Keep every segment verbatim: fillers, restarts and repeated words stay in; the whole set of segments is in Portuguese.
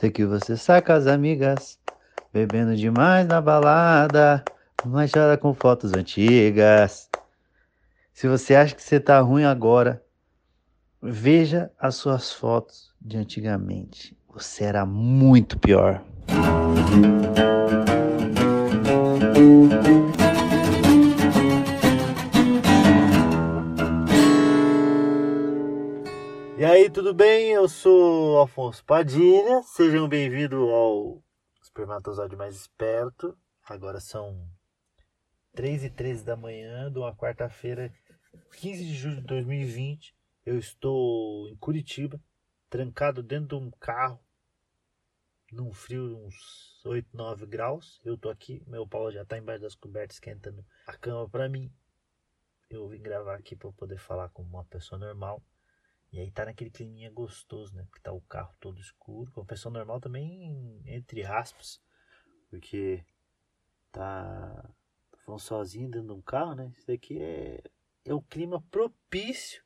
Sei que você sai com as amigas, bebendo demais na balada, mas chora com fotos antigas. Se você acha que você tá ruim agora, veja as suas fotos de antigamente. Você era muito pior. E aí, tudo bem? Eu sou Afonso Padilha. Sejam bem-vindos ao Espermatozoide Mais Esperto. Agora são três e treze da manhã de uma quarta-feira, quinze de julho de dois mil e vinte. Eu estou em Curitiba, trancado dentro de um carro, num frio de uns oito, nove graus. Eu tô aqui, meu pau já tá embaixo das cobertas esquentando a cama pra mim. Eu vim gravar aqui pra eu poder falar como uma pessoa normal. E aí tá naquele climinha gostoso, né? Porque tá o carro todo escuro. Uma pessoa normal também, entre aspas. Porque tá falando sozinho dentro de um carro, né? Isso daqui é, é o clima propício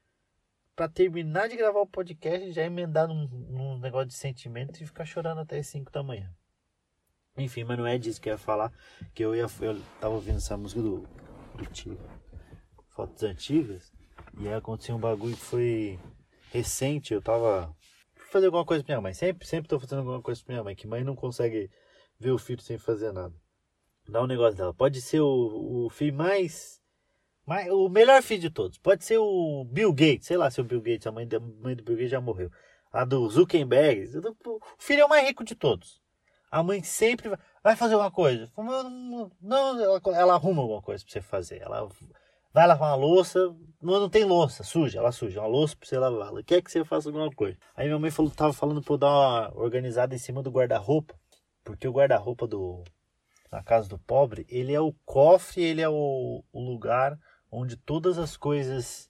pra terminar de gravar o podcast e já emendar num, num negócio de sentimento e ficar chorando até as cinco da manhã. Enfim, mas não é disso que eu ia falar. Que eu, ia, eu tava ouvindo essa música do, do Tio, Fotos Antigas. E aí aconteceu um bagulho que foi recente. Eu tava fazendo alguma coisa pra minha mãe. Sempre, sempre tô fazendo alguma coisa pra minha mãe. Que mãe não consegue ver o filho sem fazer nada. Dá um negócio dela. Pode ser o, o filho mais, mais... O melhor filho de todos. Pode ser o Bill Gates. Sei lá se o Bill Gates, a mãe, a mãe do Bill Gates já morreu. A do Zuckerberg. O filho é o mais rico de todos. A mãe sempre vai, vai fazer alguma coisa. Não, não ela, ela arruma alguma coisa pra você fazer. Ela... Vai lavar uma louça, não, não tem louça, suja, ela suja, uma louça pra você lavar. Ela quer que você faça alguma coisa. Aí minha mãe falou, tava falando pra eu dar uma organizada em cima do guarda-roupa, porque o guarda-roupa do na casa do pobre, ele é o cofre, ele é o, o lugar onde todas as coisas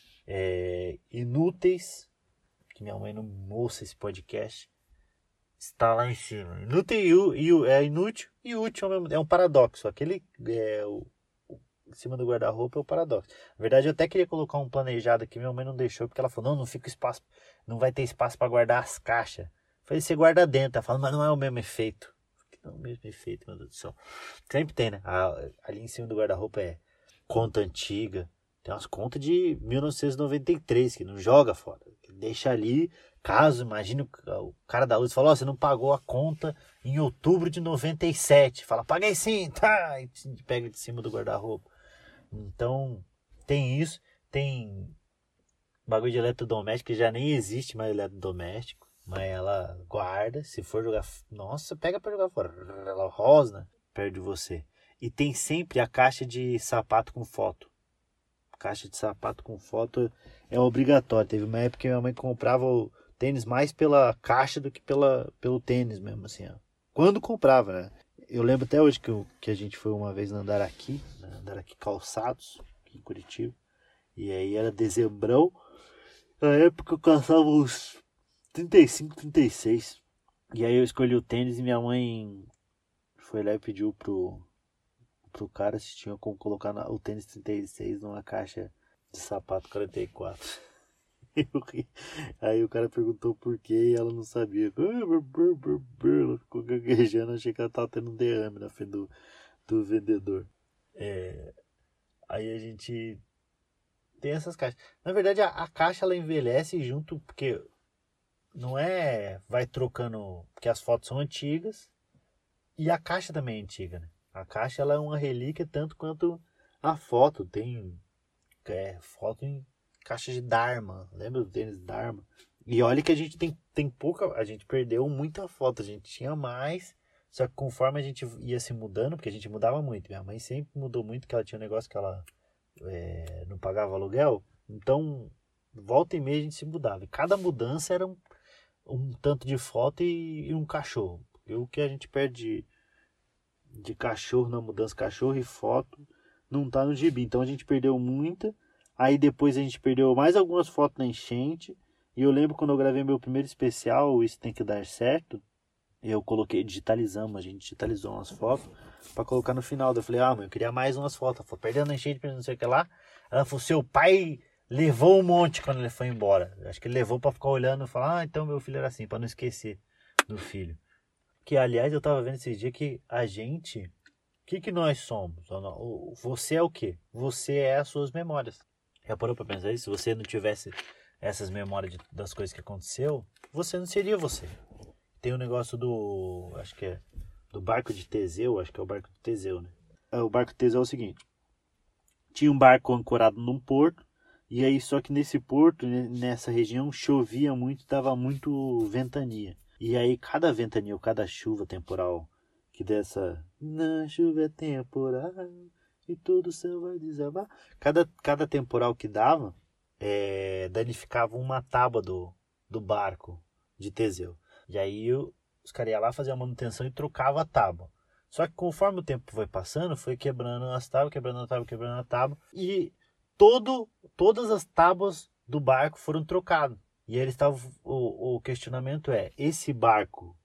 é, inúteis, que minha mãe não ouça esse podcast, está lá em cima. Inútil e, e é inútil e útil, é um paradoxo. Aquele é o em cima do guarda-roupa é o paradoxo. Na verdade, eu até queria colocar um planejado aqui, minha mãe não deixou, porque ela falou, não, não fica espaço, não vai ter espaço para guardar as caixas. Eu falei, você guarda dentro. Ela falou, mas não é o mesmo efeito. Não é o mesmo efeito, meu Deus do céu. Sempre tem, né? Ali em cima do guarda-roupa é conta antiga. Tem umas contas de mil novecentos e noventa e três que não joga fora. Deixa ali, caso, imagine o cara da luz falou, oh, você não pagou a conta em outubro de noventa e sete. Fala, paguei sim, tá. E pega de cima do guarda-roupa. Então, tem isso, tem bagulho de eletrodoméstico que já nem existe mais eletrodoméstico, mas ela guarda, se for jogar, nossa, pega pra jogar fora, ela rosna perto de você. E tem sempre a caixa de sapato com foto. Caixa de sapato com foto é obrigatório. Teve uma época que minha mãe comprava o tênis mais pela caixa do que pela, pelo tênis mesmo, assim, ó. Quando comprava, né? Eu lembro até hoje que, eu, que a gente foi uma vez andar aqui, né? Andar aqui calçados, aqui em Curitiba. E aí era dezembrão. Na época eu calçava uns trinta e cinco, trinta e seis. E aí eu escolhi o tênis e minha mãe foi lá e pediu pro, pro cara se tinha como colocar na, o tênis trinta e seis numa caixa de sapato quarenta e quatro. Aí o cara perguntou por quê e ela não sabia. Ela ficou gaguejando, achei que ela tava tendo um derrame na frente do, do vendedor. É, aí a gente tem essas caixas. Na verdade, a, a caixa ela envelhece junto, porque não é. Vai trocando, porque as fotos são antigas e a caixa também é antiga, né? A caixa ela é uma relíquia tanto quanto a foto. Tem é, foto em caixa de Dharma, lembra do tênis Dharma? E olha que a gente tem, tem pouca, a gente perdeu muita foto, a gente tinha mais, só que conforme a gente ia se mudando, porque a gente mudava muito, minha mãe sempre mudou muito, porque ela tinha um negócio que ela é, não pagava aluguel, então volta e meia a gente se mudava, e cada mudança era um, um tanto de foto e, e um cachorro, e o que a gente perde de, de cachorro na mudança, cachorro e foto, não tá no gibi, então a gente perdeu muita. Aí depois a gente perdeu mais algumas fotos na enchente. E eu lembro quando eu gravei meu primeiro especial, Isso Tem Que Dar Certo. Eu coloquei, digitalizamos, a gente digitalizou umas fotos pra colocar no final. Eu falei, ah, mãe, eu queria mais umas fotos. Ela falou, perdendo a enchente, perdendo não sei o que lá. Ela falou, seu pai levou um monte quando ele foi embora. Acho que ele levou pra ficar olhando e falar, ah, então meu filho era assim, pra não esquecer. do filho. Que, aliás, eu tava vendo esse dia que a gente... O que que nós somos? Você é o quê? Você é as suas memórias. Já parou pra pensar isso? Se você não tivesse essas memórias de, das coisas que aconteceu, você não seria você. Tem um negócio do... Acho que é... Do barco de Teseu. Acho que é o barco de Teseu, né? É, o barco de Teseu é o seguinte. Tinha um barco ancorado num porto. E aí, só que nesse porto, nessa região, chovia muito, dava muito ventania. E aí, cada ventania ou cada chuva temporal que dessa... Na chuva é temporal e todo o céu vai desabar. Cada, cada temporal que dava, é, danificava uma tábua do, do barco de Teseu. E aí, os caras iam lá fazer a manutenção e trocavam a tábua. Só que conforme o tempo foi passando, foi quebrando as tábuas, quebrando a tábua, quebrando a tábua. E todo, todas as tábuas do barco foram trocadas. E aí eles estavam, o, o questionamento é, esse barco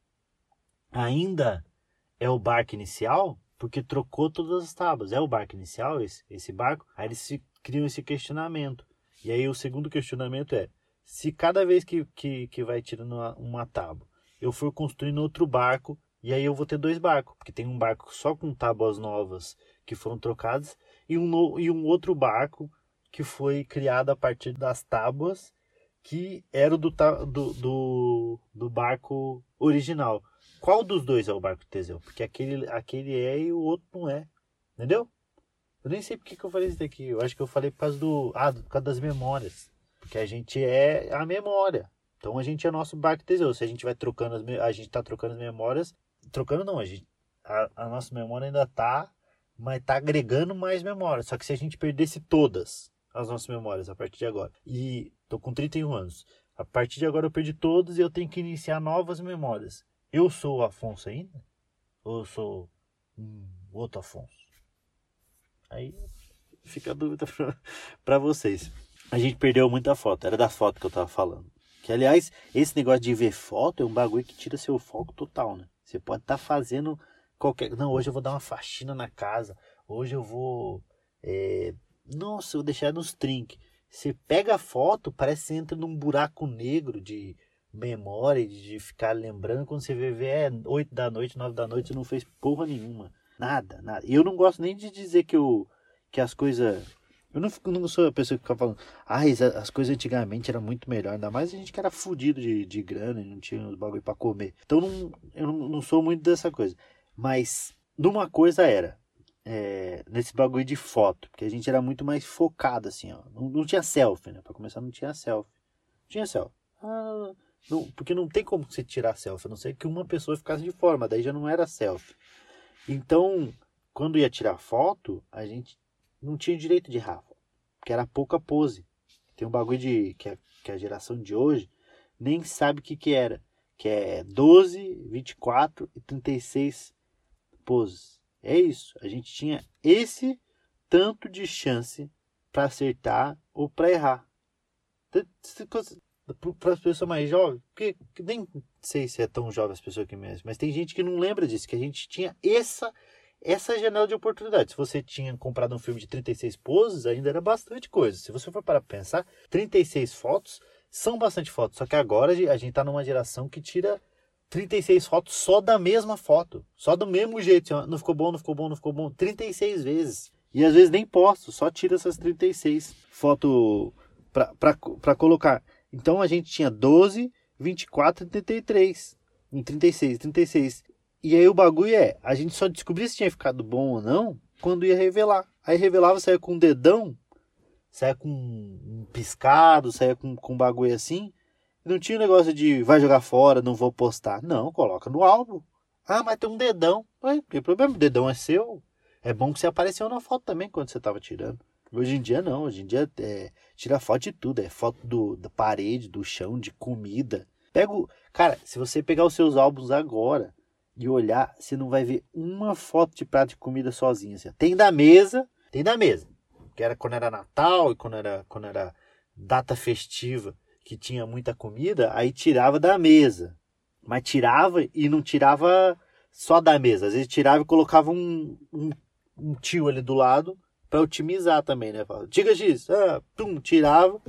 ainda é o barco inicial? Porque trocou todas as tábuas. É o barco inicial esse, esse barco? Aí eles se, criam esse questionamento. E aí o segundo questionamento é, se cada vez que, que, que vai tirando uma, uma tábua, eu for construindo outro barco, e aí eu vou ter dois barcos, porque tem um barco só com tábuas novas que foram trocadas, e um, no, e um outro barco que foi criado a partir das tábuas que era do, do, do, do barco original. Qual dos dois é o barco Teseu? Porque aquele, aquele é e o outro não é. Entendeu? Eu nem sei porque que eu falei isso daqui. Eu acho que eu falei por causa, do, ah, por causa das memórias. Porque a gente é a memória. Então a gente é nosso barco Teseu. Se a gente vai trocando as a gente está trocando as memórias. Trocando não, a, gente, a, a nossa memória ainda está, mas está agregando mais memórias. Só que se a gente perdesse todas as nossas memórias a partir de agora. E tô com trinta e um anos. A partir de agora eu perdi todas e eu tenho que iniciar novas memórias. Eu sou o Afonso ainda? Ou eu sou um outro Afonso? Aí fica a dúvida para vocês. A gente perdeu muita foto. Era da foto que eu tava falando. Que, aliás, esse negócio de ver foto é um bagulho que tira seu foco total, né? Você pode estar tá fazendo qualquer... Não, hoje eu vou dar uma faxina na casa. Hoje eu vou... É... Nossa, eu vou deixar nos trinques. Você pega a foto, parece que você entra num buraco negro de memória, de ficar lembrando. Quando você vê, vê é oito da noite, nove da noite, não fez porra nenhuma. Nada, nada. E eu não gosto nem de dizer que, eu, que as coisas... Eu não, não sou a pessoa que fica falando, ah, as coisas antigamente eram muito melhor. Ainda mais a gente que era fudido de, de grana e não tinha os bagulho pra comer. Então não, eu não, não sou muito dessa coisa. Mas numa coisa era... É, nesse bagulho de foto, porque a gente era muito mais focado assim, ó. Não, não tinha selfie, né? Pra começar, não tinha selfie. Tinha selfie. Ah, não, porque não tem como você tirar selfie, a não ser que uma pessoa ficasse de fora, daí já não era selfie. Então, quando ia tirar foto, a gente não tinha direito de Rafa, porque era pouca pose. Tem um bagulho de que a, que a geração de hoje nem sabe o que que era, que é doze, vinte e quatro e trinta e seis poses. É isso, a gente tinha esse tanto de chance para acertar ou para errar. Para as pessoas mais jovens, porque nem sei se é tão jovem as pessoas que mesmo, mas tem gente que não lembra disso, que a gente tinha essa, essa janela de oportunidade. Se você tinha comprado um filme de trinta e seis poses, ainda era bastante coisa. Se você for para pensar, trinta e seis fotos são bastante fotos, só que agora a gente está numa geração que tira trinta e seis fotos só da mesma foto. Só do mesmo jeito. Não ficou bom, não ficou bom, não ficou bom. trinta e seis vezes. E às vezes nem posto. Só tira essas trinta e seis fotos para colocar. Então a gente tinha doze, vinte e quatro e trinta e três. Em trinta e seis, trinta e seis. E aí o bagulho é, a gente só descobria se tinha ficado bom ou não quando ia revelar. Aí revelava, saia com um dedão, saia com um piscado, saia com, com um bagulho assim. Não tinha o negócio de vai jogar fora, não vou postar. Não, coloca no álbum. Ah, mas tem um dedão. Não tem problema, o dedão é seu. É bom que você apareceu na foto também quando você estava tirando. Hoje em dia não, hoje em dia é, tira foto de tudo. É foto do, da parede, do chão, de comida. Pega o... Cara, se você pegar os seus álbuns agora e olhar, você não vai ver uma foto de prato de comida sozinha. Assim. Tem da mesa, tem da mesa. Que era quando era Natal e quando era, quando era data festiva, que tinha muita comida, aí tirava da mesa. Mas tirava e não tirava só da mesa. Às vezes tirava e colocava um, um, um tio ali do lado para otimizar também, né? Diga X, ah, pum, tirava,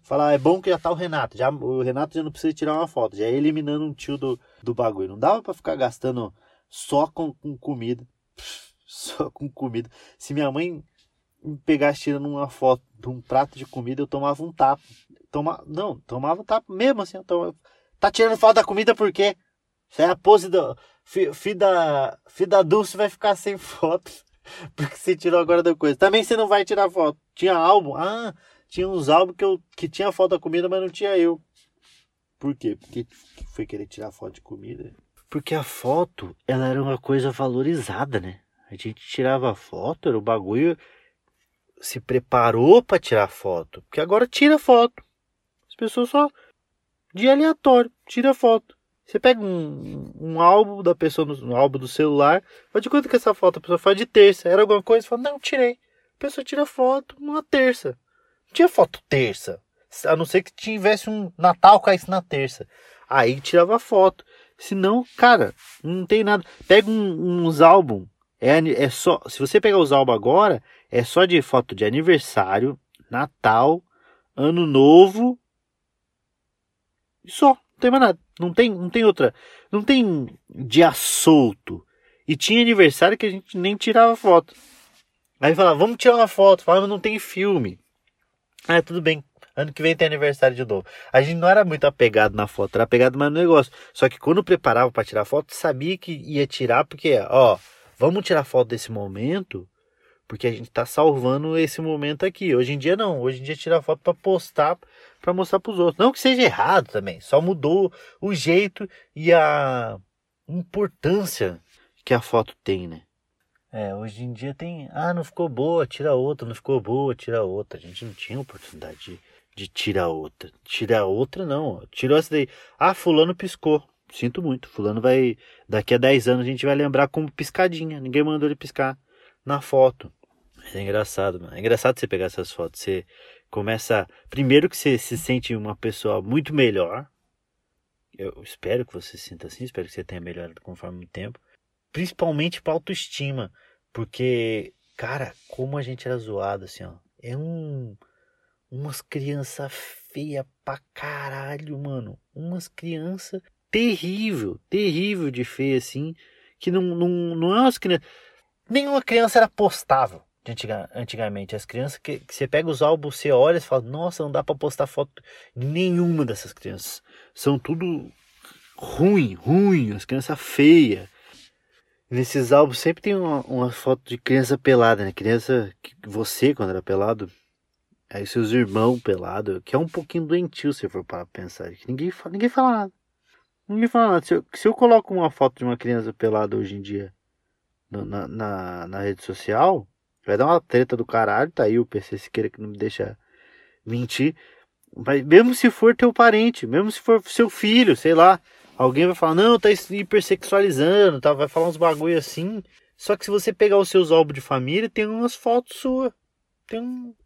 Falar, é bom que já tá o Renato. Já, o Renato já não precisa tirar uma foto. Já é eliminando um tio do, do bagulho. Não dava pra ficar gastando só com, com comida. Só com comida. Se minha mãe me pegasse tirando uma foto de um prato de comida, eu tomava um tapa. Toma, não, tomava um tapa mesmo assim. Eu tomava, tá tirando foto da comida por quê? Isso é a pose do... Filho da, filho da Dulce vai ficar sem foto. Porque você tirou agora da coisa. Também você não vai tirar foto. Tinha álbum. Ah... Tinha uns álbuns que, eu, que tinha foto da comida, mas não tinha eu. Por quê? Porque foi querer tirar foto de comida. Porque a foto, ela era uma coisa valorizada, né? A gente tirava foto, era o bagulho... Se preparou pra tirar foto. Porque agora tira foto. As pessoas só... De aleatório, tira foto. Você pega um, um álbum da pessoa, no um álbum do celular. Faz de quanto que essa foto a pessoa faz de terça? Era alguma coisa? Fala, não, tirei. A pessoa tira foto numa terça. Tinha foto terça, a não ser que tivesse um Natal caísse na terça, aí tirava foto, senão, cara, não tem nada. Pega um, uns álbuns, é, é só, se você pegar os álbuns agora, é só de foto de aniversário, Natal, Ano Novo, e só, não tem mais nada, não tem, não tem outra, não tem dia solto, e tinha aniversário que a gente nem tirava foto, aí falava, vamos tirar uma foto, falava, não tem filme. Ah, tudo bem. Ano que vem tem aniversário de novo. A gente não era muito apegado na foto, era apegado mais no negócio. Só que quando preparava para tirar foto, sabia que ia tirar, porque, ó, vamos tirar foto desse momento, porque a gente tá salvando esse momento aqui. Hoje em dia não. Hoje em dia tira foto para postar, para mostrar pros outros. Não que seja errado também. Só mudou o jeito e a importância que a foto tem, né? É, hoje em dia tem... Ah, não ficou boa, tira outra. Não ficou boa, tira outra. A gente não tinha oportunidade de, de tirar outra. Tirar outra, não. Tirou essa daí. Ah, fulano piscou. Sinto muito. Fulano vai... Daqui a dez anos a gente vai lembrar como piscadinha. Ninguém mandou ele piscar na foto. É engraçado, mano. É engraçado você pegar essas fotos. Você começa... Primeiro que você se sente uma pessoa muito melhor. Eu espero que você se sinta assim. Espero que você tenha melhorado conforme o tempo. Principalmente pra autoestima. Porque, cara, como a gente era zoado, assim, ó. É um... Umas crianças feias pra caralho, mano. Umas crianças terrível, terrível de feia, assim. Que não, não, não é umas crianças... Nenhuma criança era postável de antiga, antigamente. As crianças que, que você pega os álbuns, você olha e fala, nossa, não dá pra postar foto de nenhuma dessas crianças. São tudo ruim, ruim. As crianças feias. Nesses álbuns sempre tem uma, uma foto de criança pelada, né? Criança que você, quando era pelado, aí seus irmãos pelados, que é um pouquinho doentio se for para pensar. Que ninguém, fala, ninguém fala nada. Ninguém fala nada. Se eu, se eu coloco uma foto de uma criança pelada hoje em dia no, na, na, na rede social, vai dar uma treta do caralho. Tá aí o P C Siqueira que não me deixa mentir. Mas mesmo se for teu parente, mesmo se for seu filho, sei lá. Alguém vai falar, não, tá hipersexualizando, tá? Vai falar uns bagulho assim. Só que se você pegar os seus álbuns de família, tem umas fotos suas. Tem um...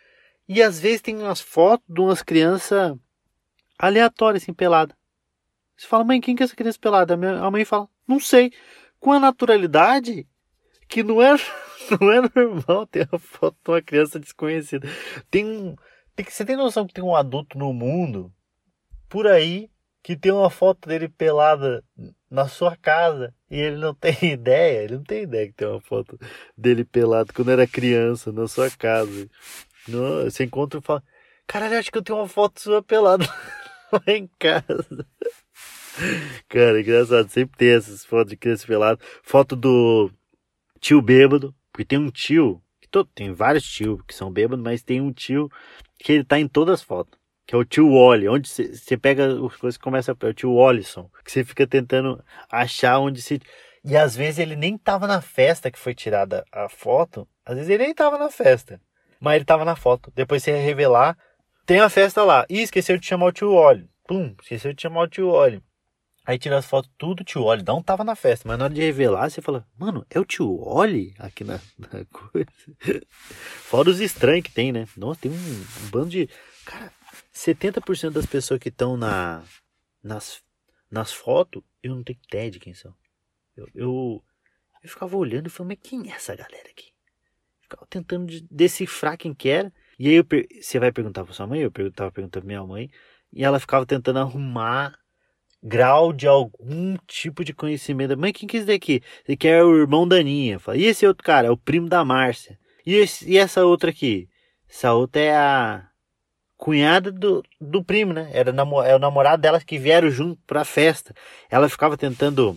E às vezes tem umas fotos de umas crianças aleatórias, assim, pelada. Você fala, mãe, quem que é essa criança pelada? A mãe fala, não sei. Com a naturalidade que não é, não é normal ter uma foto de uma criança desconhecida. Tem um... Tem, você tem noção que tem um adulto no mundo, por aí, que tem uma foto dele pelada na sua casa e ele não tem ideia, ele não tem ideia que tem uma foto dele pelado quando era criança na sua casa. Não, você encontra e fala, caralho, eu acho que eu tenho uma foto sua pelada lá em casa. Cara, engraçado, sempre tem essas fotos de criança pelada. Foto do tio bêbado, porque tem um tio, que todo, tem vários tios que são bêbados, mas tem um tio que ele tá em todas as fotos. Que é o tio Wally, onde você pega as coisas que começa a... É o tio Wallison, que você fica tentando achar onde se... E às vezes ele nem tava na festa que foi tirada a foto. Às vezes ele nem tava na festa. Mas ele tava na foto. Depois você ia revelar. Tem a festa lá. Ih, esqueceu de chamar o tio Wally. Pum, esqueceu de chamar o tio Wally. Aí tira as fotos tudo, o tio Wally não tava na festa. Mas na hora de revelar, você fala, mano, é o tio Wally aqui na, na coisa. Fora os estranhos que tem, né? Nossa, tem um, um bando de... Cara... setenta por cento das pessoas que estão na, nas, nas fotos, eu não tenho ideia de quem são. Eu, eu, eu ficava olhando e falando, mas quem é essa galera aqui? Eu ficava tentando decifrar quem que era. E aí eu per... você vai perguntar pra sua mãe, eu perguntava perguntando pra minha mãe, e ela ficava tentando arrumar grau de algum tipo de conhecimento. Mãe, quem que é esse daqui? Esse aqui é o irmão da Aninha. Fala, e esse outro cara? É o primo da Márcia. E, esse... e essa outra aqui? Essa outra é a cunhada do, do primo, né? Era namo... é o namorado dela que vieram junto pra festa. Ela ficava tentando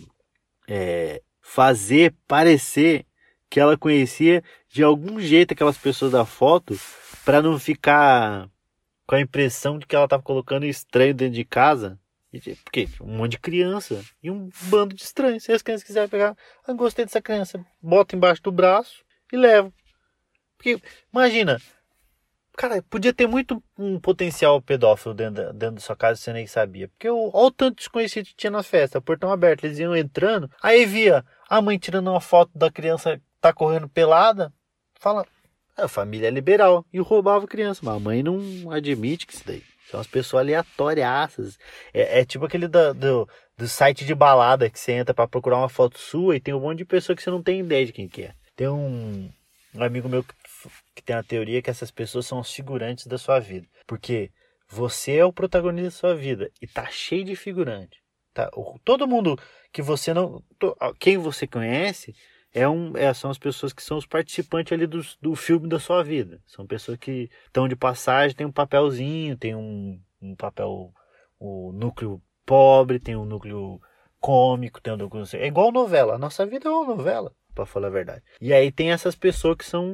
é, fazer parecer que ela conhecia de algum jeito aquelas pessoas da foto pra não ficar com a impressão de que ela tava colocando estranho dentro de casa. Porque um monte de criança e um bando de estranhos. Se as crianças quiserem pegar, ah, gostei dessa criança, bota embaixo do braço e leva. Porque, imagina, cara, podia ter muito um potencial pedófilo dentro da, dentro da sua casa e você nem sabia. Porque olha o tanto desconhecido que tinha na festa, o portão aberto, eles iam entrando, aí via a mãe tirando uma foto da criança que tá correndo pelada, fala, a família é liberal, e roubava a criança, mas a mãe não admite que isso daí. São as pessoas aleatórias. É, é tipo aquele da, do, do site de balada que você entra pra procurar uma foto sua e tem um monte de pessoa que você não tem ideia de quem que é. Tem um, um amigo meu que, que tem a teoria que essas pessoas são os figurantes da sua vida. Porque você é o protagonista da sua vida e tá cheio de figurante. Tá? Todo mundo que você não... Quem você conhece... É um, é, são as pessoas que são os participantes ali do, do filme da sua vida. São pessoas que estão de passagem, tem um papelzinho, tem um, um papel, o núcleo pobre, tem um núcleo cômico, tem um núcleo... É igual novela, a nossa vida é uma novela, pra falar a verdade. E aí tem essas pessoas que são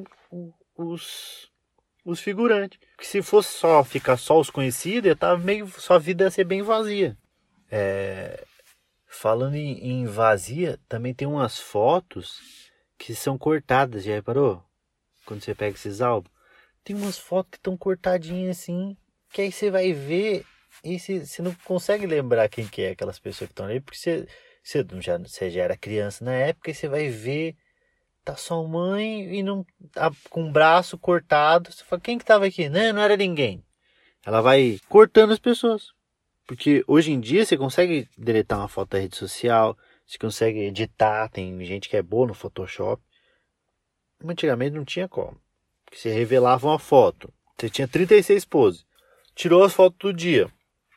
os, os figurantes. Que se fosse só ficar só os conhecidos, tava meio, sua vida ia ser bem vazia. É... Falando em, em vazia, também tem umas fotos que são cortadas, já reparou? Quando você pega esses álbuns. Tem umas fotos que estão cortadinhas assim, que aí você vai ver e você, você não consegue lembrar quem que é aquelas pessoas que estão ali, porque você, você, já, você já era criança na época e você vai ver, tá sua mãe e não, tá com o braço cortado. Você fala, quem que tava aqui? Não, não era ninguém. Ela vai cortando as pessoas. Porque hoje em dia você consegue deletar uma foto da rede social, você consegue editar, tem gente que é boa no Photoshop. Mas antigamente não tinha como. Porque você revelava uma foto, você tinha trinta e seis poses, tirou as fotos do dia,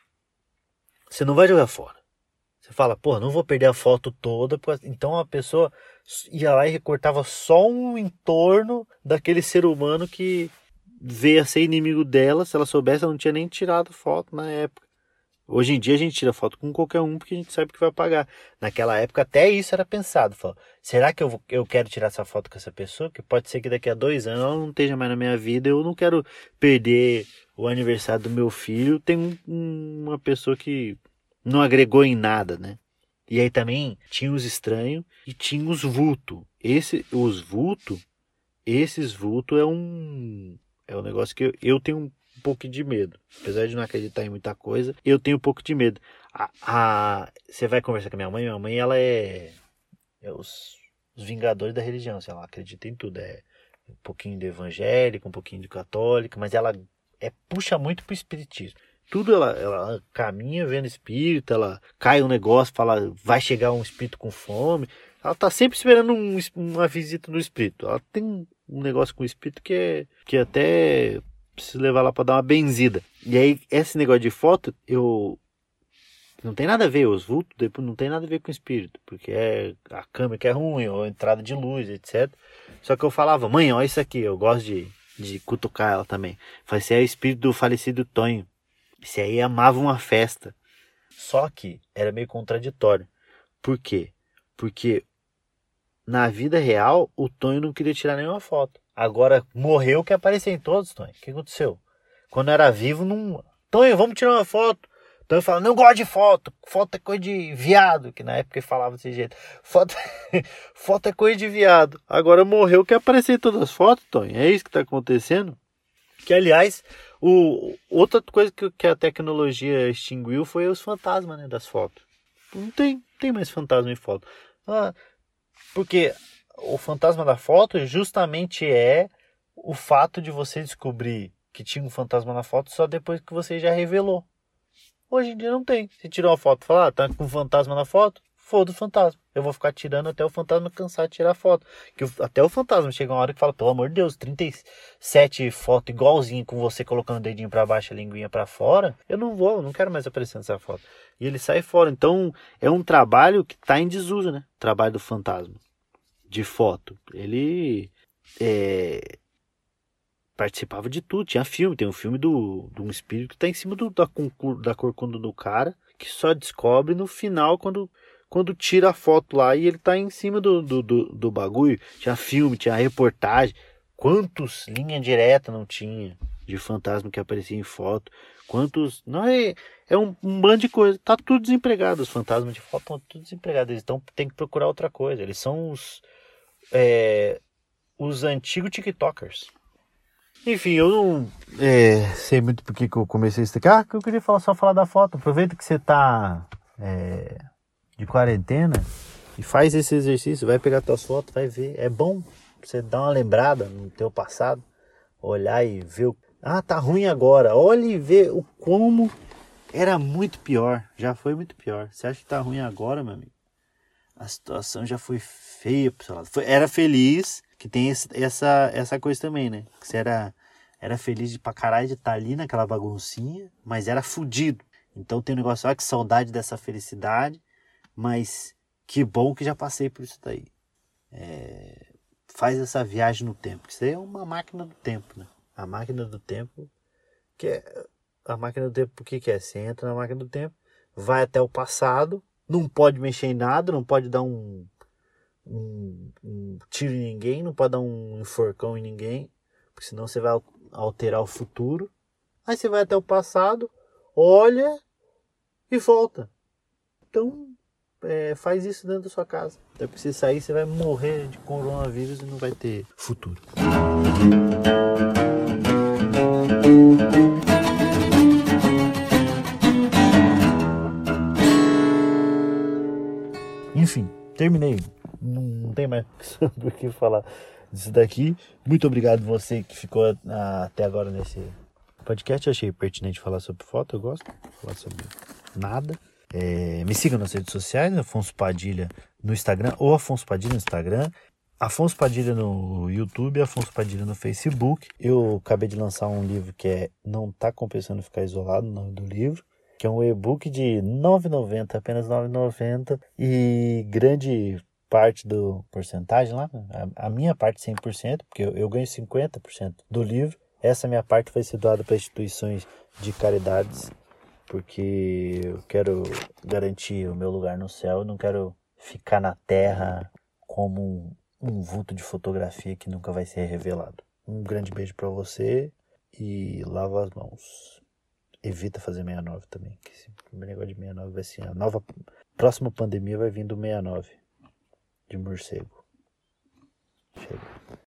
você não vai jogar fora. Você fala, pô, não vou perder a foto toda. Então a pessoa ia lá e recortava só um entorno daquele ser humano que veio a ser inimigo dela. Se ela soubesse, ela não tinha nem tirado foto na época. Hoje em dia a gente tira foto com qualquer um porque a gente sabe que vai apagar. Naquela época até isso era pensado. Fala, será que eu, vou, eu quero tirar essa foto com essa pessoa? Que pode ser que daqui a dois anos ela não esteja mais na minha vida. Eu não quero perder o aniversário do meu filho. Tem um, um, uma pessoa que não agregou em nada, né? E aí também tinha os estranhos e tinha os vultos. Esse, os vultos, esses vultos é um, é um negócio que eu, eu tenho um um pouco de medo, apesar de não acreditar em muita coisa, eu tenho um pouco de medo. A, a, você vai conversar com a minha mãe, minha mãe ela é, é os, os vingadores da religião, assim, ela acredita em tudo, é um pouquinho de evangélico, um pouquinho de católico, mas ela é, puxa muito pro espiritismo. Tudo ela, ela caminha vendo espírito, ela cai um negócio, fala, vai chegar um espírito com fome, ela tá sempre esperando um, uma visita do espírito. Ela tem um negócio com o espírito que é, que até preciso levar lá para dar uma benzida. E aí, esse negócio de foto, eu... Não tem nada a ver, os vultos, depois não tem nada a ver com o espírito. Porque é a câmera que é ruim, ou a entrada de luz, etcétera. Só que eu falava, mãe, olha isso aqui. Eu gosto de, de cutucar ela também. Falei, esse é o espírito do falecido Tonho. Esse aí amava uma festa. Só que era meio contraditório. Por quê? Porque na vida real, o Tonho não queria tirar nenhuma foto. Agora morreu que apareceu em todos, Tonho. O que aconteceu? Quando era vivo, não... Tonho, vamos tirar uma foto. Tonho fala, não gosto de foto. Foto é coisa de viado. Que na época ele falava desse jeito. Foto, foto é coisa de viado. Agora morreu que apareceu em todas as fotos, Tonho. É isso que está acontecendo? Que, aliás, o... outra coisa que, que a tecnologia extinguiu foi os fantasmas, né, das fotos. Não tem, tem mais fantasma em foto. Ah, porque... O fantasma da foto justamente é o fato de você descobrir que tinha um fantasma na foto só depois que você já revelou. Hoje em dia não tem. Você tirou uma foto e fala, ah, tá com um fantasma na foto? foda o fantasma. Eu vou ficar tirando até o fantasma cansar de tirar foto. Que o, até o fantasma chega uma hora que fala, pelo amor de Deus, trinta e sete fotos igualzinho com você colocando o dedinho pra baixo, a linguinha pra fora. Eu não vou, eu não quero mais aparecer nessa foto. E ele sai fora. Então é um trabalho que tá em desuso, né? O trabalho do fantasma. De foto. Ele é, participava de tudo. Tinha filme, tem um filme do, de um espírito que tá em cima do, da, da corcunda do cara, que só descobre no final quando, quando tira a foto lá e ele tá em cima do, do, do, do bagulho. Tinha filme, tinha reportagem. Quantos linha direta não tinha de fantasma que aparecia em foto? Quantos... Não, é, é um, um bando de coisa. Tá tudo desempregado. Os fantasmas de foto estão tudo desempregados. Eles tão, tem que procurar outra coisa. Eles são os, é, os antigos TikTokers. Enfim, eu não é, sei muito porque que eu comecei a explicar. Ah, que eu queria falar, só falar da foto. Aproveita que você tá é, de quarentena e faz esse exercício. Vai pegar tuas fotos, vai ver. É bom você dar uma lembrada no teu passado. Olhar e ver o... Ah, tá ruim agora. Olha e vê o como era muito pior. Já foi muito pior. Você acha que tá ruim agora, meu amigo? A situação já foi feia pro seu lado. Foi, era feliz... Que tem esse, essa, essa coisa também, né? Que você era, era feliz de pra caralho de estar ali naquela baguncinha, mas era fudido. Então tem um negócio, ah, que saudade dessa felicidade, mas que bom que já passei por isso daí. É, faz essa viagem no tempo. Isso aí é uma máquina do tempo, né? A máquina do tempo, que é... A máquina do tempo, o que que é? Você entra na máquina do tempo, vai até o passado, não pode mexer em nada, não pode dar um... Um, um tiro em ninguém, não pode dar um enforcão em ninguém, porque senão você vai alterar o futuro. Aí você vai até o passado, olha e volta. Então é, faz isso dentro da sua casa. Até porque se sair você vai morrer de coronavírus e não vai ter futuro. Enfim, terminei. Não, não tem mais sobre o que falar disso daqui. Muito obrigado você que ficou a, até agora nesse podcast. Eu achei pertinente falar sobre foto, eu gosto de falar sobre nada. É, me sigam nas redes sociais, Afonso Padilha no Instagram, ou Afonso Padilha no Instagram, Afonso Padilha no YouTube, Afonso Padilha no Facebook. Eu acabei de lançar um livro que é Não Tá Compensando Ficar Isolado, o nome do livro, que é um e-book de nove reais e noventa centavos, apenas nove reais e noventa centavos, e grande parte do porcentagem lá, a, a minha parte cem por cento, porque eu, eu ganho cinquenta por cento do livro, essa minha parte vai ser doada para instituições de caridades, porque eu quero garantir o meu lugar no céu, não quero ficar na terra como um, um vulto de fotografia que nunca vai ser revelado. Um grande beijo para você e lava as mãos. Evita fazer sessenta e nove também, que esse negócio de sessenta e nove vai ser a nova próxima pandemia, vai vir do sessenta e nove de morcego.